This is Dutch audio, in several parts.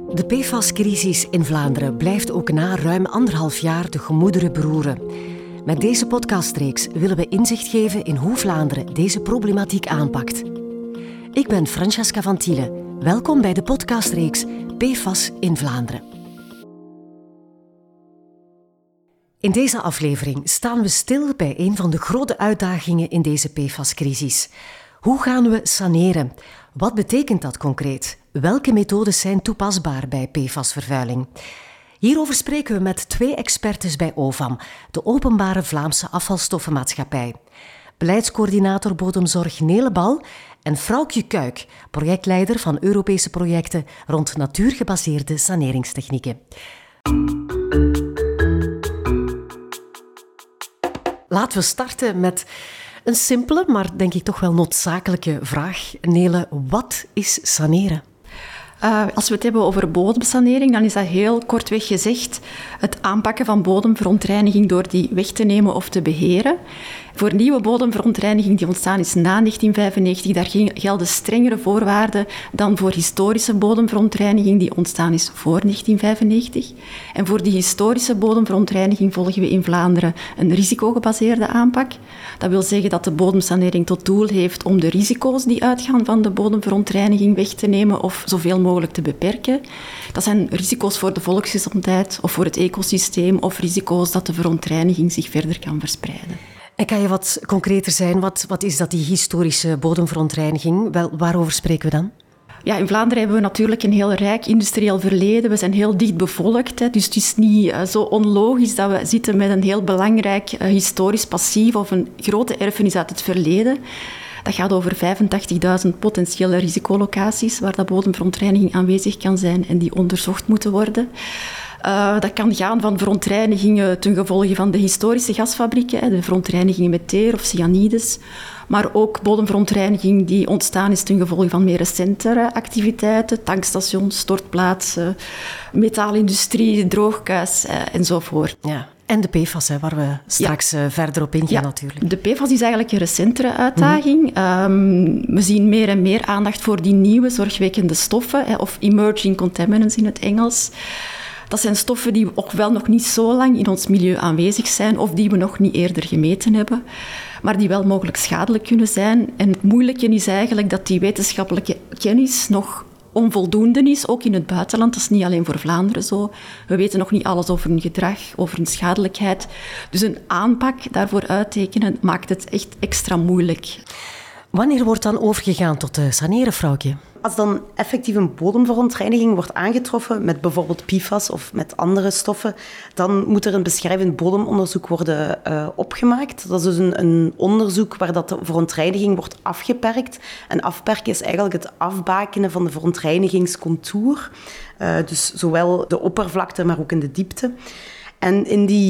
De PFAS-crisis in Vlaanderen blijft ook na ruim 1,5 jaar de gemoederen beroeren. Met deze podcastreeks willen we inzicht geven in hoe Vlaanderen deze problematiek aanpakt. Ik ben Francesca van Thiele. Welkom bij de podcastreeks PFAS in Vlaanderen. In deze aflevering staan we stil bij een van de grote uitdagingen in deze PFAS-crisis. Hoe gaan we saneren? Wat betekent dat concreet? Welke methodes zijn toepasbaar bij PFAS-vervuiling? Hierover spreken we met 2 expertes bij OVAM, de Openbare Vlaamse Afvalstoffenmaatschappij. Beleidscoördinator bodemzorg Nele Bal en Fraukje Kuik, projectleider van Europese projecten rond natuurgebaseerde saneringstechnieken. Laten we starten met een simpele, maar denk ik toch wel noodzakelijke vraag. Nele, wat is saneren? Als we het hebben over bodemsanering, dan is dat heel kortweg gezegd het aanpakken van bodemverontreiniging door die weg te nemen of te beheren. Voor nieuwe bodemverontreiniging die ontstaan is na 1995, daar gelden strengere voorwaarden dan voor historische bodemverontreiniging die ontstaan is voor 1995. En voor die historische bodemverontreiniging volgen we in Vlaanderen een risicogebaseerde aanpak. Dat wil zeggen dat de bodemsanering tot doel heeft om de risico's die uitgaan van de bodemverontreiniging weg te nemen of zoveel mogelijk te beperken. Dat zijn risico's voor de volksgezondheid of voor het ecosysteem of risico's dat de verontreiniging zich verder kan verspreiden. En kan je wat concreter zijn? Wat is dat, die historische bodemverontreiniging? Wel, waarover spreken we dan? Ja, in Vlaanderen hebben we natuurlijk een heel rijk industrieel verleden. We zijn heel dicht bevolkt, dus het is niet zo onlogisch dat we zitten met een heel belangrijk historisch passief of een grote erfenis uit het verleden. Dat gaat over 85.000 potentiële risicolocaties waar dat bodemverontreiniging aanwezig kan zijn en die onderzocht moeten worden. Dat kan gaan van verontreinigingen ten gevolge van de historische gasfabrieken, de verontreinigingen met teer of cyanides, maar ook bodemverontreiniging die ontstaan is ten gevolge van meer recentere activiteiten, tankstations, stortplaatsen, metaalindustrie, droogkuis enzovoort. Ja. En de PFAS, waar we straks verder op ingaan natuurlijk. De PFAS is eigenlijk een recentere uitdaging. We zien meer en meer aandacht voor die nieuwe zorgwekkende stoffen, of emerging contaminants in het Engels. Dat zijn stoffen die wel nog niet zo lang in ons milieu aanwezig zijn of die we nog niet eerder gemeten hebben, maar die wel mogelijk schadelijk kunnen zijn. En het moeilijke is eigenlijk dat die wetenschappelijke kennis nog onvoldoende is, ook in het buitenland. Dat is niet alleen voor Vlaanderen zo. We weten nog niet alles over hun gedrag, over hun schadelijkheid. Dus een aanpak daarvoor uittekenen maakt het echt extra moeilijk. Wanneer wordt dan overgegaan tot saneren, Fraukje? Als dan effectief een bodemverontreiniging wordt aangetroffen met bijvoorbeeld PFAS of met andere stoffen, dan moet er een beschrijvend bodemonderzoek worden opgemaakt. Dat is dus een onderzoek waar dat de verontreiniging wordt afgeperkt. En afperken is eigenlijk het afbakenen van de verontreinigingscontour. Dus zowel de oppervlakte, maar ook in de diepte. En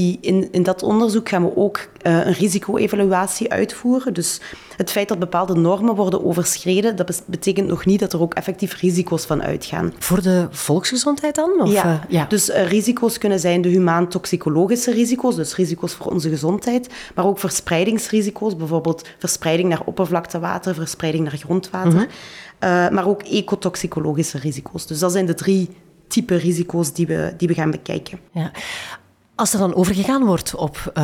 in dat onderzoek gaan we ook een risico-evaluatie uitvoeren. Dus het feit dat bepaalde normen worden overschreden, dat betekent nog niet dat er ook effectief risico's van uitgaan. Voor de volksgezondheid dan? Of, ja. Dus risico's kunnen zijn de humaan-toxicologische risico's, dus risico's voor onze gezondheid, maar ook verspreidingsrisico's, bijvoorbeeld verspreiding naar oppervlaktewater, verspreiding naar grondwater, maar ook ecotoxicologische risico's. Dus dat zijn de 3 typen risico's die we gaan bekijken. Ja. Als er dan overgegaan wordt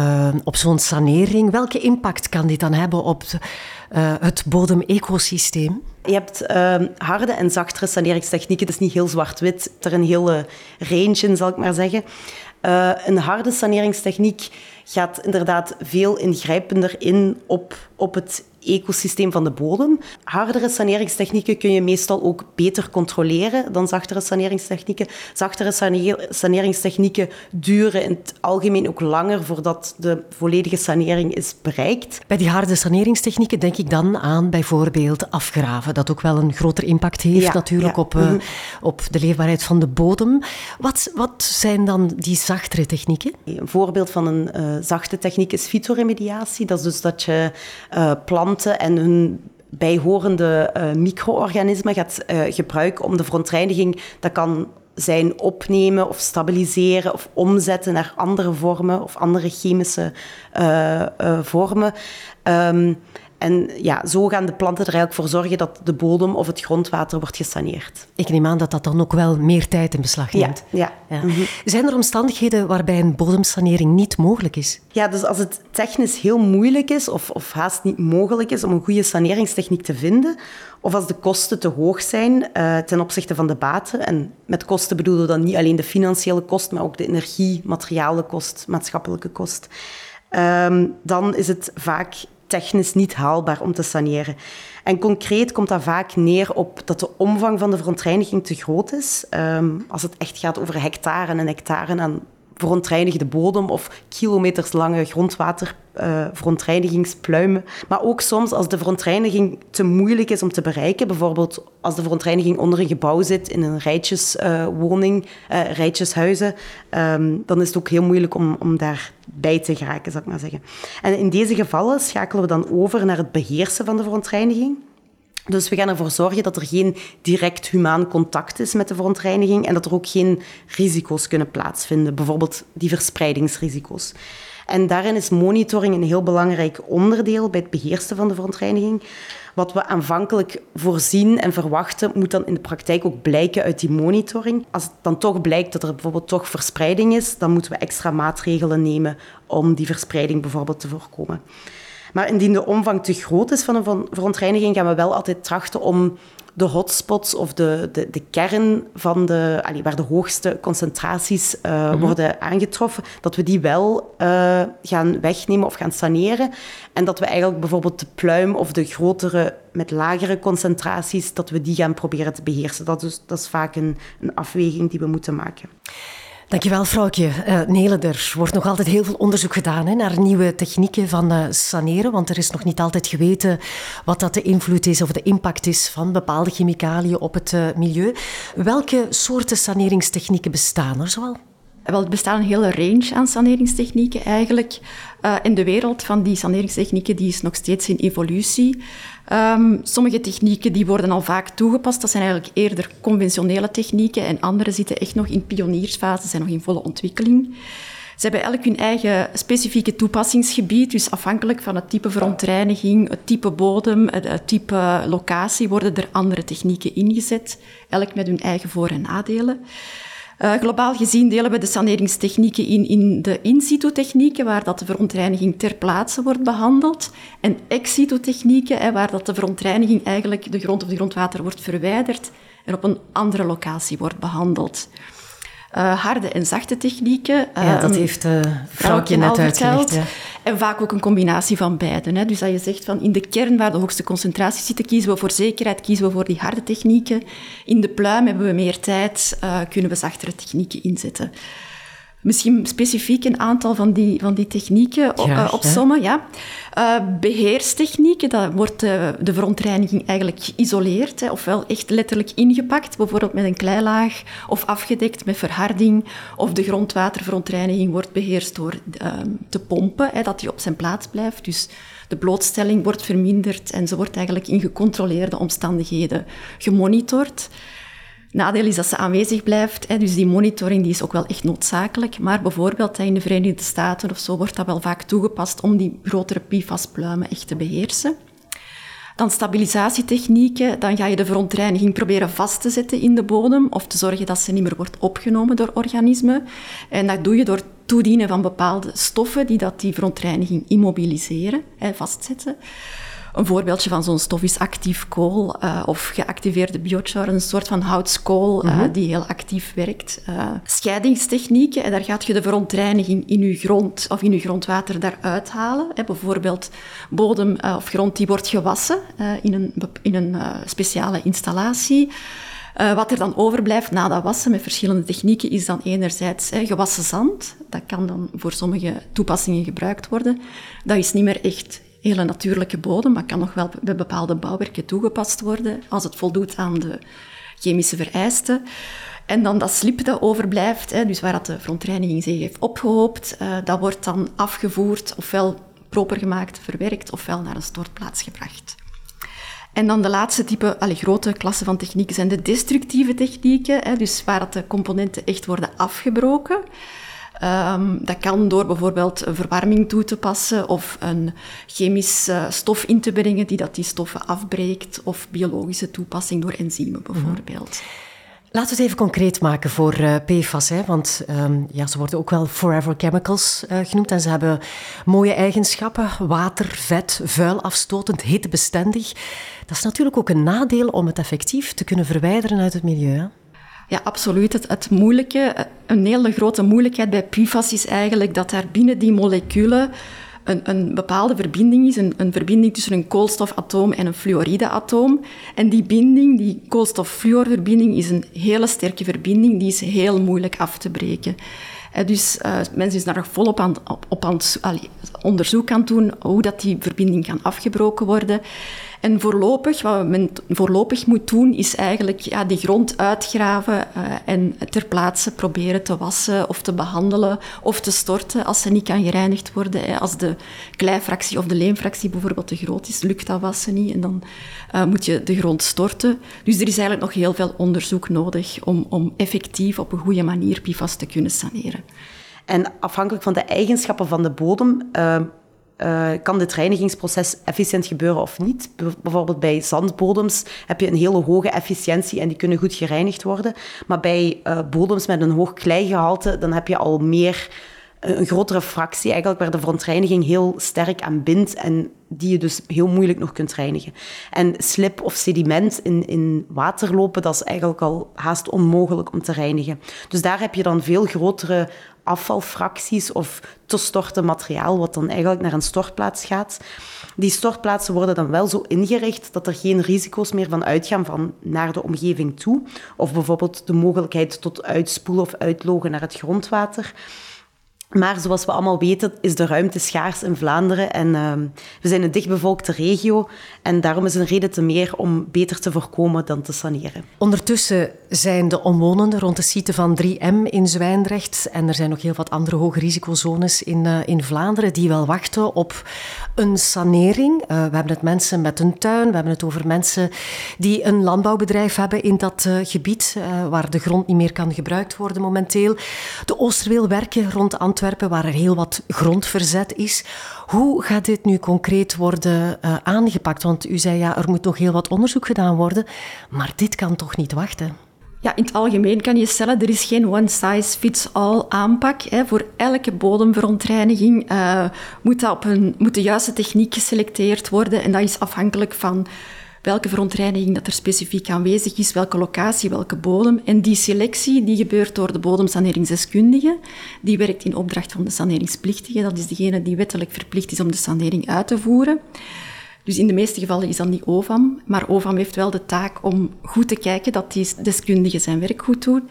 op zo'n sanering, welke impact kan dit dan hebben op het bodemecosysteem? Je hebt harde en zachtere saneringstechnieken. Het is niet heel zwart-wit. Er is een hele range in, zal ik maar zeggen. Een harde saneringstechniek gaat inderdaad veel ingrijpender in op het ecosysteem van de bodem. Hardere saneringstechnieken kun je meestal ook beter controleren dan zachtere saneringstechnieken. Zachtere saneringstechnieken duren in het algemeen ook langer voordat de volledige sanering is bereikt. Bij die harde saneringstechnieken denk ik dan aan bijvoorbeeld afgraven, dat ook wel een groter impact heeft natuurlijk op de leefbaarheid van de bodem. Wat zijn dan die zachtere technieken? Een voorbeeld van een zachte techniek is fytoremediatie. Dat is dus dat je planten en hun bijhorende micro-organismen gaat gebruiken om de verontreiniging, dat kan zijn opnemen of stabiliseren of omzetten naar andere vormen of andere chemische vormen. En ja, zo gaan de planten er eigenlijk voor zorgen dat de bodem of het grondwater wordt gesaneerd. Ik neem aan dat dat dan ook wel meer tijd in beslag neemt. Ja. Mm-hmm. Zijn er omstandigheden waarbij een bodemsanering niet mogelijk is? Ja, dus als het technisch heel moeilijk is of haast niet mogelijk is om een goede saneringstechniek te vinden, of als de kosten te hoog zijn ten opzichte van de baten, en met kosten bedoelen we dan niet alleen de financiële kost, maar ook de energie, materialenkost, maatschappelijke kost, dan is het vaak technisch niet haalbaar om te saneren. En concreet komt dat vaak neer op dat de omvang van de verontreiniging te groot is. Als het echt gaat over hectaren en hectaren aan verontreinigde bodem of kilometers lange grondwaterverontreinigingspluimen. Maar ook soms als de verontreiniging te moeilijk is om te bereiken. Bijvoorbeeld als de verontreiniging onder een gebouw zit, in een rijtjeswoning, rijtjeshuizen, dan is het ook heel moeilijk om daar bij te geraken, zal ik maar zeggen. En in deze gevallen schakelen we dan over naar het beheersen van de verontreiniging. Dus we gaan ervoor zorgen dat er geen direct humaan contact is met de verontreiniging en dat er ook geen risico's kunnen plaatsvinden, bijvoorbeeld die verspreidingsrisico's. En daarin is monitoring een heel belangrijk onderdeel bij het beheersen van de verontreiniging. Wat we aanvankelijk voorzien en verwachten, moet dan in de praktijk ook blijken uit die monitoring. Als het dan toch blijkt dat er bijvoorbeeld toch verspreiding is, dan moeten we extra maatregelen nemen om die verspreiding bijvoorbeeld te voorkomen. Maar indien de omvang te groot is van een verontreiniging, gaan we wel altijd trachten om de hotspots of de kern van waar de hoogste concentraties worden aangetroffen, dat we die wel gaan wegnemen of gaan saneren. En dat we eigenlijk bijvoorbeeld de pluim of de grotere met lagere concentraties, dat we die gaan proberen te beheersen. Dat is vaak een afweging die we moeten maken. Dankjewel, vrouwtje. Nele, er wordt nog altijd heel veel onderzoek gedaan naar nieuwe technieken van saneren, want er is nog niet altijd geweten wat dat de invloed is of de impact is van bepaalde chemicaliën op het milieu. Welke soorten saneringstechnieken bestaan er zoal? Wel, er bestaat een hele range aan saneringstechnieken eigenlijk. En de wereld van die saneringstechnieken die is nog steeds in evolutie. Sommige technieken die worden al vaak toegepast. Dat zijn eigenlijk eerder conventionele technieken. En andere zitten echt nog in pioniersfase, zijn nog in volle ontwikkeling. Ze hebben elk hun eigen specifieke toepassingsgebied. Dus afhankelijk van het type verontreiniging, het type bodem, het type locatie, worden er andere technieken ingezet. Elk met hun eigen voor- en nadelen. Globaal gezien delen we de saneringstechnieken in de in-situ-technieken, waar dat de verontreiniging ter plaatse wordt behandeld, en ex-situ-technieken, waar dat de verontreiniging eigenlijk de grond of de grondwater wordt verwijderd en op een andere locatie wordt behandeld. Harde en zachte technieken. Dat heeft vrouwtje net uitgelegd. Ja. En vaak ook een combinatie van beide. Dus dat je zegt van in de kern waar de hoogste concentraties zitten, kiezen we voor zekerheid, kiezen we voor die harde technieken. In de pluim hebben we meer tijd, kunnen we zachtere technieken inzetten. Misschien specifiek een aantal van die technieken opsommen. Ja. Beheerstechnieken, dat wordt de verontreiniging eigenlijk geïsoleerd, ofwel echt letterlijk ingepakt, bijvoorbeeld met een kleilaag, of afgedekt met verharding, of de grondwaterverontreiniging wordt beheerst door te pompen, dat die op zijn plaats blijft. Dus de blootstelling wordt verminderd en ze wordt eigenlijk in gecontroleerde omstandigheden gemonitord. Nadeel is dat ze aanwezig blijft, dus die monitoring die is ook wel echt noodzakelijk. Maar bijvoorbeeld in de Verenigde Staten of zo wordt dat wel vaak toegepast om die grotere PFAS-pluimen echt te beheersen. Dan stabilisatietechnieken, dan ga je de verontreiniging proberen vast te zetten in de bodem of te zorgen dat ze niet meer wordt opgenomen door organismen. En dat doe je door toedienen van bepaalde stoffen die verontreiniging immobiliseren, vastzetten. Een voorbeeldje van zo'n stof is actief kool of geactiveerde biochar, een soort van houtskool die heel actief werkt. Scheidingstechnieken, en daar gaat je de verontreiniging in je grond of in je grondwater daaruit halen. Bijvoorbeeld bodem of grond die wordt gewassen in een speciale installatie. Wat er dan overblijft na dat wassen met verschillende technieken is dan enerzijds gewassen zand. Dat kan dan voor sommige toepassingen gebruikt worden. Dat is niet meer echt hele natuurlijke bodem, maar kan nog wel bij bepaalde bouwwerken toegepast worden als het voldoet aan de chemische vereisten. En dan dat slib dat overblijft, dus waar de verontreiniging zich heeft opgehoopt, dat wordt dan afgevoerd, ofwel proper gemaakt, verwerkt, ofwel naar een stortplaats gebracht. En dan de laatste type, grote klasse van technieken zijn de destructieve technieken, dus waar de componenten echt worden afgebroken. Dat kan door bijvoorbeeld verwarming toe te passen of een chemisch stof in te brengen die stoffen afbreekt, of biologische toepassing door enzymen bijvoorbeeld. Laten we het even concreet maken voor PFAS, hè? Want ze worden ook wel forever chemicals genoemd en ze hebben mooie eigenschappen. Water, vet, vuil afstotend, hittebestendig. Dat is natuurlijk ook een nadeel om het effectief te kunnen verwijderen uit het milieu, hè? Ja, absoluut. Het moeilijke, een hele grote moeilijkheid bij PFAS is eigenlijk dat daar binnen die moleculen een bepaalde verbinding is, een verbinding tussen een koolstofatoom en een fluorideatoom. En die binding, die koolstof-fluorverbinding, is een hele sterke verbinding, die is heel moeilijk af te breken. Dus mensen zijn daar nog volop op onderzoek aan het doen hoe dat die verbinding kan afgebroken worden. En voorlopig, wat men voorlopig moet doen, is eigenlijk die grond uitgraven en ter plaatse proberen te wassen of te behandelen of te storten als ze niet kan gereinigd worden. Als de kleifractie of de leemfractie bijvoorbeeld te groot is, lukt dat wassen niet en dan moet je de grond storten. Dus er is eigenlijk nog heel veel onderzoek nodig om effectief op een goede manier PFAS te kunnen saneren. En afhankelijk van de eigenschappen van de bodem kan dit reinigingsproces efficiënt gebeuren of niet. Bijvoorbeeld bij zandbodems heb je een hele hoge efficiëntie en die kunnen goed gereinigd worden. Maar bij bodems met een hoog kleigehalte, dan heb je al een grotere fractie eigenlijk, waar de verontreiniging heel sterk aan bindt en die je dus heel moeilijk nog kunt reinigen. En slip of sediment in water lopen, dat is eigenlijk al haast onmogelijk om te reinigen. Dus daar heb je dan veel grotere afvalfracties of te storten materiaal, wat dan eigenlijk naar een stortplaats gaat. Die stortplaatsen worden dan wel zo ingericht dat er geen risico's meer van uitgaan van naar de omgeving toe. Of bijvoorbeeld de mogelijkheid tot uitspoelen of uitlogen naar het grondwater. Maar zoals we allemaal weten, is de ruimte schaars in Vlaanderen en we zijn een dichtbevolkte regio en daarom is een reden te meer om beter te voorkomen dan te saneren. Ondertussen zijn de omwonenden rond de site van 3M in Zwijndrecht en er zijn nog heel wat andere hoge risicozones in Vlaanderen die wel wachten op een sanering. We hebben het mensen met een tuin, we hebben het over mensen die een landbouwbedrijf hebben in dat gebied waar de grond niet meer kan gebruikt worden momenteel. De Oosterweelwerken rond Antwerpen, waar er heel wat grondverzet is. Hoe gaat dit nu concreet worden aangepakt? Want u zei, er moet nog heel wat onderzoek gedaan worden, maar dit kan toch niet wachten? Ja, in het algemeen kan je stellen, er is geen one-size-fits-all aanpak. Voor elke bodemverontreiniging moet de juiste techniek geselecteerd worden en dat is afhankelijk van welke verontreiniging dat er specifiek aanwezig is, welke locatie, welke bodem. En die selectie die gebeurt door de bodemsaneringsdeskundige. Die werkt in opdracht van de saneringsplichtige. Dat is degene die wettelijk verplicht is om de sanering uit te voeren. Dus in de meeste gevallen is dat niet OVAM. Maar OVAM heeft wel de taak om goed te kijken dat die deskundige zijn werk goed doet.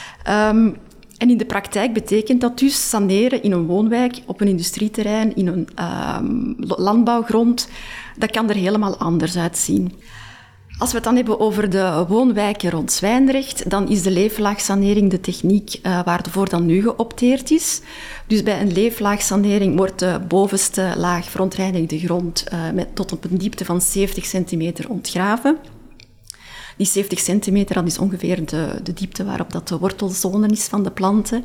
En in de praktijk betekent dat dus saneren in een woonwijk, op een industrieterrein, in een landbouwgrond. Dat kan er helemaal anders uitzien. Als we het dan hebben over de woonwijken rond Zwijndrecht, dan is de leeflaagsanering de techniek waarvoor dan nu geopteerd is. Dus bij een leeflaagsanering wordt de bovenste laag verontreinigde grond tot op een diepte van 70 centimeter ontgraven. Die 70 centimeter, dat is ongeveer de diepte waarop dat de wortelzone is van de planten.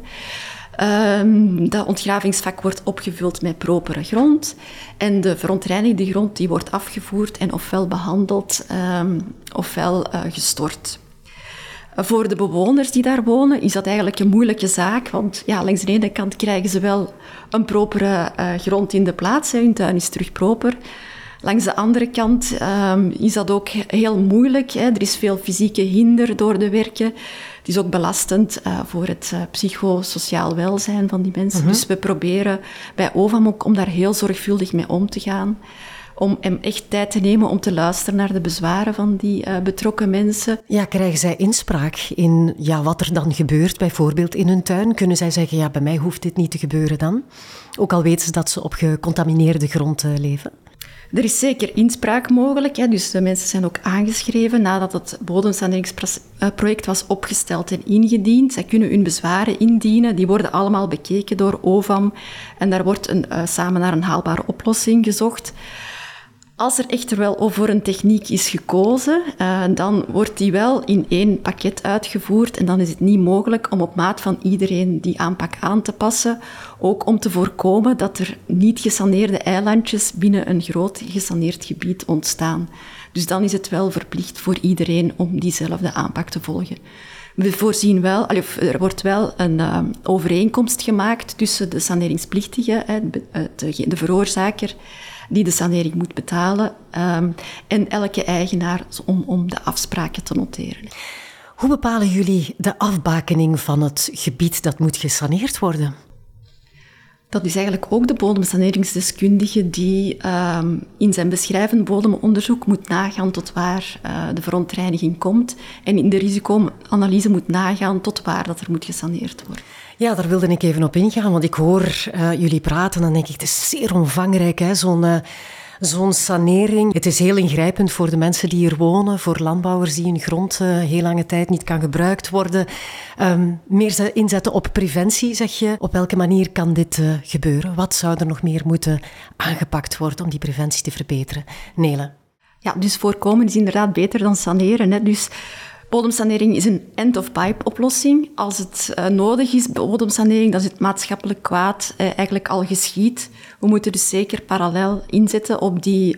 Dat ontgravingsvak wordt opgevuld met propere grond en de verontreinigde grond die wordt afgevoerd en ofwel behandeld ofwel gestort. Voor de bewoners die daar wonen is dat eigenlijk een moeilijke zaak, want langs de ene kant krijgen ze wel een propere grond in de plaats, hun tuin is terug proper. Langs de andere kant is dat ook heel moeilijk. Er is veel fysieke hinder door de werken. Het is ook belastend voor het psychosociaal welzijn van die mensen. Dus we proberen bij OVAM ook om daar heel zorgvuldig mee om te gaan. Om echt tijd te nemen om te luisteren naar de bezwaren van die betrokken mensen. Ja, krijgen zij inspraak in wat er dan gebeurt, bijvoorbeeld in hun tuin? Kunnen zij zeggen, bij mij hoeft dit niet te gebeuren dan? Ook al weten ze dat ze op gecontamineerde grond leven. Er is zeker inspraak mogelijk. Dus de mensen zijn ook aangeschreven nadat het bodemsaneringsproject was opgesteld en ingediend. Zij kunnen hun bezwaren indienen. Die worden allemaal bekeken door OVAM. En daar wordt samen naar een haalbare oplossing gezocht. Als er echter wel voor een techniek is gekozen, dan wordt die wel in één pakket uitgevoerd en dan is het niet mogelijk om op maat van iedereen die aanpak aan te passen, ook om te voorkomen dat er niet gesaneerde eilandjes binnen een groot gesaneerd gebied ontstaan. Dus dan is het wel verplicht voor iedereen om diezelfde aanpak te volgen. We voorzien wel, er wordt wel een overeenkomst gemaakt tussen de saneringsplichtige, de veroorzaker, die de sanering moet betalen, en elke eigenaar om de afspraken te noteren. Hoe bepalen jullie de afbakening van het gebied dat moet gesaneerd worden? Dat is eigenlijk ook de bodemsaneringsdeskundige die in zijn beschrijvend bodemonderzoek moet nagaan tot waar de verontreiniging komt en in de risicoanalyse moet nagaan tot waar dat er moet gesaneerd worden. Ja, daar wilde ik even op ingaan, want ik hoor jullie praten en dan denk ik, het is zeer omvangrijk, hè, zo'n sanering. Het is heel ingrijpend voor de mensen die hier wonen, voor landbouwers die hun grond heel lange tijd niet kan gebruikt worden. Meer inzetten op preventie, zeg je. Op welke manier kan dit gebeuren? Wat zou er nog meer moeten aangepakt worden om die preventie te verbeteren? Nele? Ja, dus voorkomen is inderdaad beter dan saneren, hè. Dus bodemsanering is een end-of-pipe-oplossing. Als het nodig is, bodemsanering, dan is het maatschappelijk kwaad eigenlijk al geschied. We moeten dus zeker parallel inzetten op die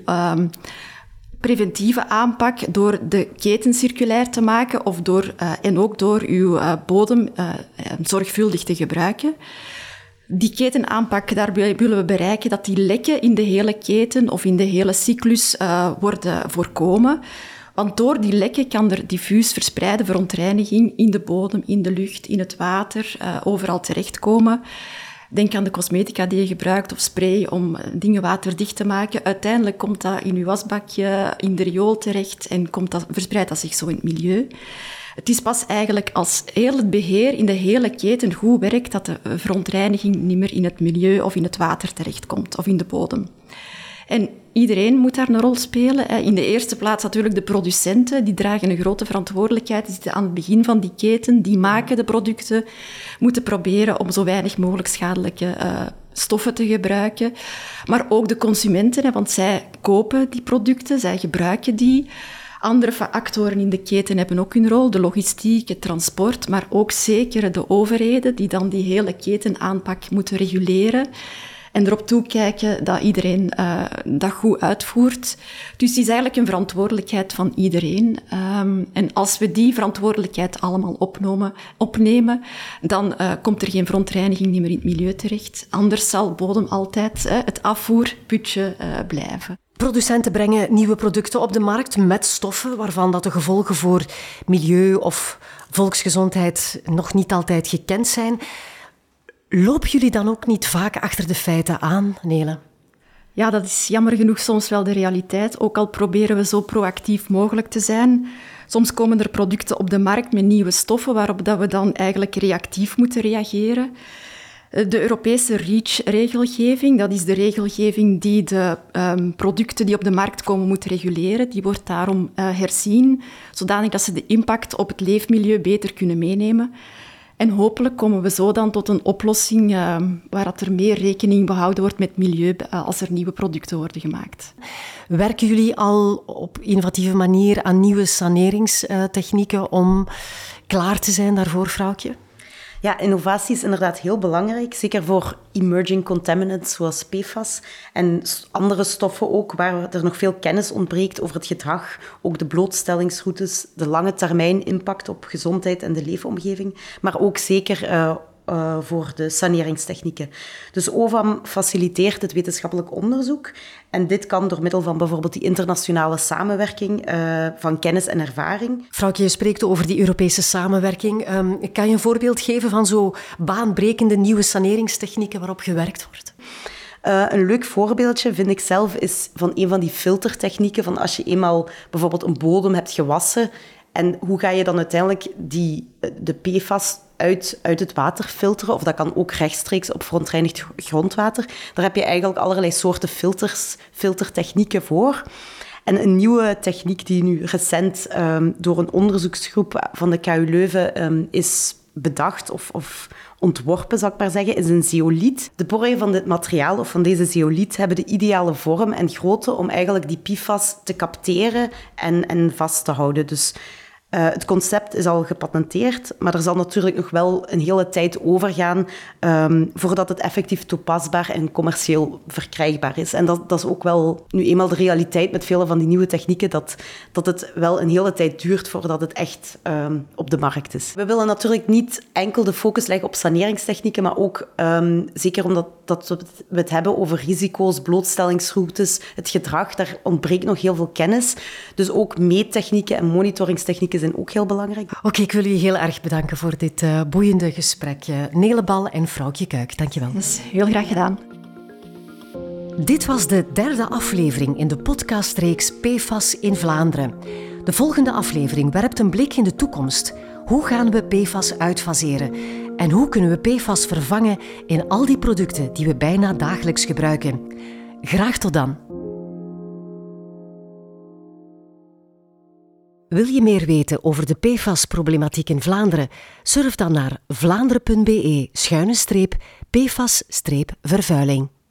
preventieve aanpak door de keten circulair te maken en ook door uw bodem zorgvuldig te gebruiken. Die ketenaanpak, daar willen we bereiken dat die lekken in de hele keten of in de hele cyclus worden voorkomen. Want door die lekken kan er diffuus verspreide verontreiniging in de bodem, in de lucht, in het water, overal terechtkomen. Denk aan de cosmetica die je gebruikt of spray om dingen waterdicht te maken. Uiteindelijk komt dat in je wasbakje, in de riool terecht en verspreidt dat zich zo in het milieu. Het is pas eigenlijk als heel het beheer in de hele keten goed werkt dat de verontreiniging niet meer in het milieu of in het water terechtkomt of in de bodem. En iedereen moet daar een rol spelen. In de eerste plaats natuurlijk de producenten, die dragen een grote verantwoordelijkheid. Die zitten aan het begin van die keten, die maken de producten, moeten proberen om zo weinig mogelijk schadelijke stoffen te gebruiken. Maar ook de consumenten, want zij kopen die producten, zij gebruiken die. Andere actoren in de keten hebben ook hun rol, de logistiek, het transport, maar ook zeker de overheden die dan die hele ketenaanpak moeten reguleren. En erop toekijken dat iedereen dat goed uitvoert. Dus het is eigenlijk een verantwoordelijkheid van iedereen. En als we die verantwoordelijkheid allemaal opnemen, dan komt er geen verontreiniging meer in het milieu terecht. Anders zal bodem altijd het afvoerputje blijven. Producenten brengen nieuwe producten op de markt met stoffen waarvan dat de gevolgen voor milieu of volksgezondheid nog niet altijd gekend zijn. Lopen jullie dan ook niet vaak achter de feiten aan, Nele? Ja, dat is jammer genoeg soms wel de realiteit. Ook al proberen we zo proactief mogelijk te zijn. Soms komen er producten op de markt met nieuwe stoffen waarop dat we dan eigenlijk reactief moeten reageren. De Europese REACH-regelgeving, dat is de regelgeving die de producten die op de markt komen moet reguleren. Die wordt daarom herzien, zodanig dat ze de impact op het leefmilieu beter kunnen meenemen. En hopelijk komen we zo dan tot een oplossing waar dat er meer rekening gehouden wordt met milieu als er nieuwe producten worden gemaakt. Werken jullie al op innovatieve manier aan nieuwe saneringstechnieken om klaar te zijn daarvoor, vrouwtje? Ja, innovatie is inderdaad heel belangrijk, zeker voor emerging contaminants zoals PFAS en andere stoffen ook, waar er nog veel kennis ontbreekt over het gedrag, ook de blootstellingsroutes, de lange termijn impact op gezondheid en de leefomgeving, maar ook zeker voor de saneringstechnieken. Dus OVAM faciliteert het wetenschappelijk onderzoek en dit kan door middel van bijvoorbeeld die internationale samenwerking van kennis en ervaring. Vrouwtje, je spreekt over die Europese samenwerking. Kan je een voorbeeld geven van zo baanbrekende nieuwe saneringstechnieken waarop gewerkt wordt? Een leuk voorbeeldje vind ik zelf is van een van die filtertechnieken van als je eenmaal bijvoorbeeld een bodem hebt gewassen en hoe ga je dan uiteindelijk de PFAS uit het water filteren, of dat kan ook rechtstreeks op verontreinigd grondwater. Daar heb je eigenlijk allerlei soorten filtertechnieken voor. En een nieuwe techniek die nu recent door een onderzoeksgroep van de KU Leuven is bedacht of ontworpen, zal ik maar zeggen, is een zeoliet. De poriën van dit materiaal of van deze zeoliet hebben de ideale vorm en grootte om eigenlijk die PFAS te capteren en vast te houden. Dus het concept is al gepatenteerd, maar er zal natuurlijk nog wel een hele tijd overgaan voordat het effectief toepasbaar en commercieel verkrijgbaar is. En dat is ook wel nu eenmaal de realiteit met vele van die nieuwe technieken, dat het wel een hele tijd duurt voordat het echt op de markt is. We willen natuurlijk niet enkel de focus leggen op saneringstechnieken, maar ook zeker omdat we het hebben over risico's, blootstellingsroutes, het gedrag, daar ontbreekt nog heel veel kennis. Dus ook meettechnieken en monitoringstechnieken zijn ook heel belangrijk. Oké, ik wil jullie heel erg bedanken voor dit boeiende gesprek. Nele Bal en Vroukje Kuik, dankjewel. Dat is heel graag gedaan. Dit was de 3e aflevering in de podcastreeks PFAS in Vlaanderen. De volgende aflevering werpt een blik in de toekomst. Hoe gaan we PFAS uitfaseren? En hoe kunnen we PFAS vervangen in al die producten die we bijna dagelijks gebruiken? Graag tot dan. Wil je meer weten over de PFAS-problematiek in Vlaanderen? Surf dan naar vlaanderen.be/PFAS-vervuiling.